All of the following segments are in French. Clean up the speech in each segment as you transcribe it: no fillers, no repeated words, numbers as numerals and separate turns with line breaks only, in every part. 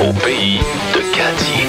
au pays de Cathy.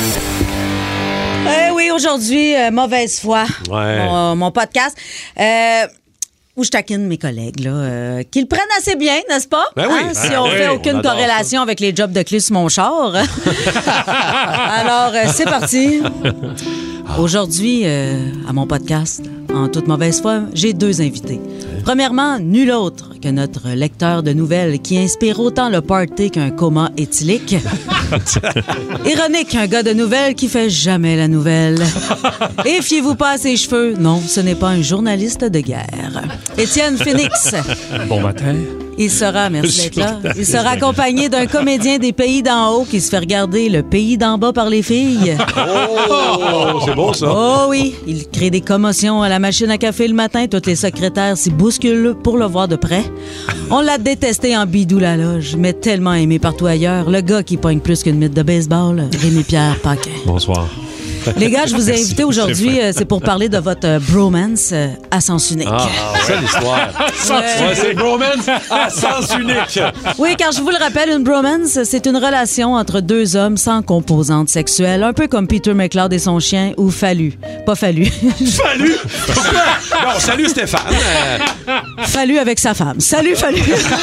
Oui, aujourd'hui, mauvaise foi, mon podcast. Où je taquine mes collègues, là, qui le prennent assez bien, n'est-ce pas?
Ben oui.
Si on fait aucune corrélation avec les jobs de clé sur mon char. Alors, c'est parti. Aujourd'hui, à mon podcast, en toute mauvaise foi, j'ai 2 invités. Premièrement, nul autre que notre lecteur de nouvelles qui inspire autant le party qu'un coma éthylique. Ironique, un gars de nouvelles qui fait jamais la nouvelle. Et fiez-vous pas à ses cheveux. Non, ce n'est pas un journaliste de guerre. Étienne Phoenix.
Bon matin.
Il sera, merci d'être là, il sera accompagné d'un comédien des pays d'en haut qui se fait regarder le pays d'en bas par les filles.
Oh, c'est beau ça.
Oh oui, il crée des commotions à la machine à café le matin. Toutes les secrétaires s'y bousculent pour le voir de près. On l'a détesté en bidou la loge, mais tellement aimé partout ailleurs. Le gars qui pogne plus qu'une mythe de baseball, Rémi-Pierre Paquin.
Bonsoir.
Les gars, je vous ai invité aujourd'hui, c'est pour parler de votre bromance à sens unique.
Ah, c'est l'histoire. C'est bromance à sens unique.
Oui, car je vous le rappelle, une bromance, c'est une relation entre 2 hommes sans composante sexuelle, un peu comme Peter McLeod et son chien, ou Fallu. Pas Fallu.
Fallu? Pourquoi? Non, salut Stéphane.
Fallu avec sa femme. Salut, Fallu.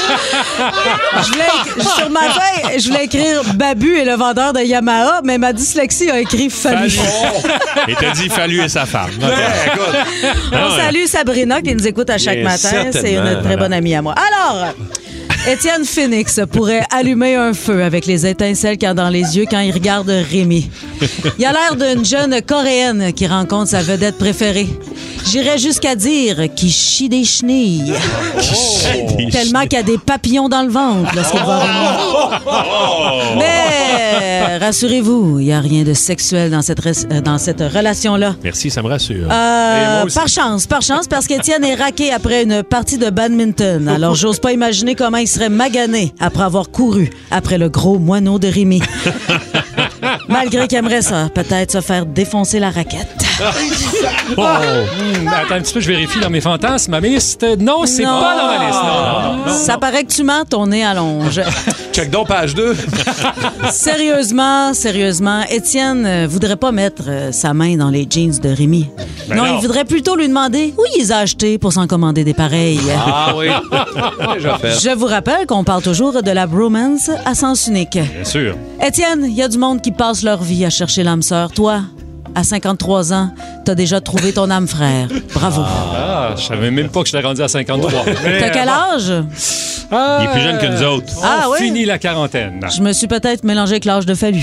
Sur ma feuille, je voulais écrire Babu et le vendeur de Yamaha, mais ma dyslexie a écrit Fallu.
Et t'as dit Fallu et sa femme.
On salue Sabrina qui nous écoute à chaque matin. C'est une très bonne amie à moi. Alors, Étienne Phoenix pourrait allumer un feu avec les étincelles qu'il a dans les yeux quand il regarde Rémi. Il a l'air d'une jeune Coréenne qui rencontre sa vedette préférée. J'irais jusqu'à dire qu'il chie des chenilles. Tellement qu'il y a des papillons dans le ventre lorsqu'il va Rémi. Mais rassurez-vous, il n'y a rien de sexuel dans cette relation-là.
Merci, ça me rassure.
Par chance, parce qu'Étienne est raqué après une partie de badminton. Alors, j'ose pas imaginer comment il serait magané après avoir couru après le gros moineau de Rémi. Malgré qu'il aimerait ça, peut-être se faire défoncer la raquette.
Attends un petit peu, je vérifie dans mes fantasmes. Ma liste, non, c'est pas dans ma liste. Non.
Ça paraît que tu mens, ton nez allonge.
Check donc page 2.
Sérieusement, Étienne voudrait pas mettre sa main dans les jeans de Rémi. Non, il voudrait plutôt lui demander où il les a achetés pour s'en commander des pareils.
Ah oui, déjà fait.
Je vous rappelle qu'on parle toujours de la bromance à sens unique.
Bien sûr.
Étienne, il y a du monde qui passe leur vie à chercher l'âme sœur. Toi, à 53 ans, t'as déjà trouvé ton âme frère. Bravo.
Je savais même pas que je l'ai rendu à 53.
T'as quel âge?
Il est plus jeune que nous autres. On finit la quarantaine.
Je me suis peut-être mélangé avec l'âge de Fallu.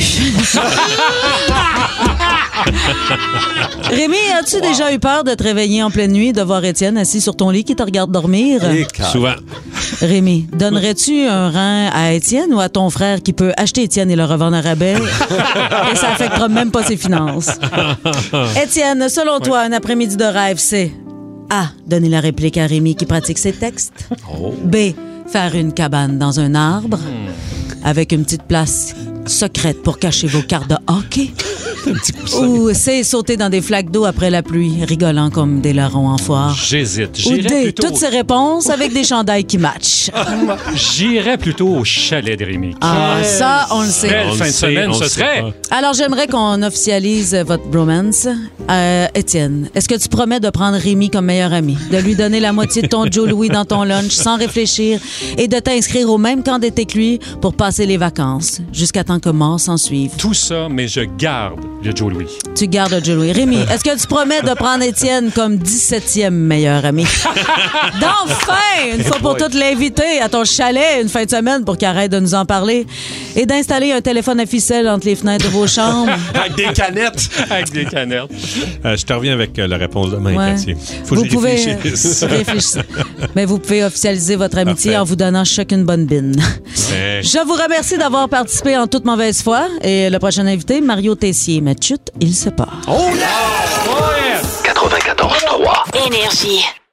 Rémi, as-tu déjà eu peur de te réveiller en pleine nuit et de voir Étienne assis sur ton lit qui te regarde dormir?
Souvent.
Rémi, donnerais-tu un rein à Étienne ou à ton frère qui peut acheter Étienne et le revendre à rabais et ça affectera même pas ses finances? Étienne, selon toi, un après-midi de rêve, c'est A. Donner la réplique à Rémi qui pratique ses textes. B. Faire une cabane dans un arbre avec une petite place secrète pour cacher vos cartes de hockey. Ou C. Sauter dans des flaques d'eau après la pluie, rigolant comme des larrons en foire.
J'hésite.
Ou
J'irais
D.
plutôt...
Toutes ces réponses avec des chandails qui matchent.
J'irais plutôt au chalet de Rémi.
Ça, on le sait.
Belle fin de semaine, ce serait.
Alors, j'aimerais qu'on officialise votre bromance. Étienne, est-ce que tu promets de prendre Rémi comme meilleur ami, de lui donner la moitié de ton Joe Louis dans ton lunch sans réfléchir et de t'inscrire au même camp d'été que lui pour passer les vacances jusqu'à temps que mort s'en suive?
Tout ça, mais je garde le Joe Louis.
Tu gardes le Joe Louis. Rémi, est-ce que tu promets de prendre Étienne comme 17e meilleur ami? D'enfin, une fois pour toutes, l'inviter à ton chalet une fin de semaine pour qu'il arrête de nous en parler et d'installer un téléphone à ficelle entre les fenêtres de vos chambres.
Avec des canettes.
Avec des canettes.
Je te reviens avec la réponse demain, Cathy. Faut
vous
que je réfléchisse.
réfléchir. Mais vous pouvez officialiser votre amitié en vous donnant chacune une bonne bine. Je vous remercie d'avoir participé en toute mauvaise foi. Et le prochain invité, Mario Tessier. Mais chut, il se part.
Oh yeah! 94.3
Énergie.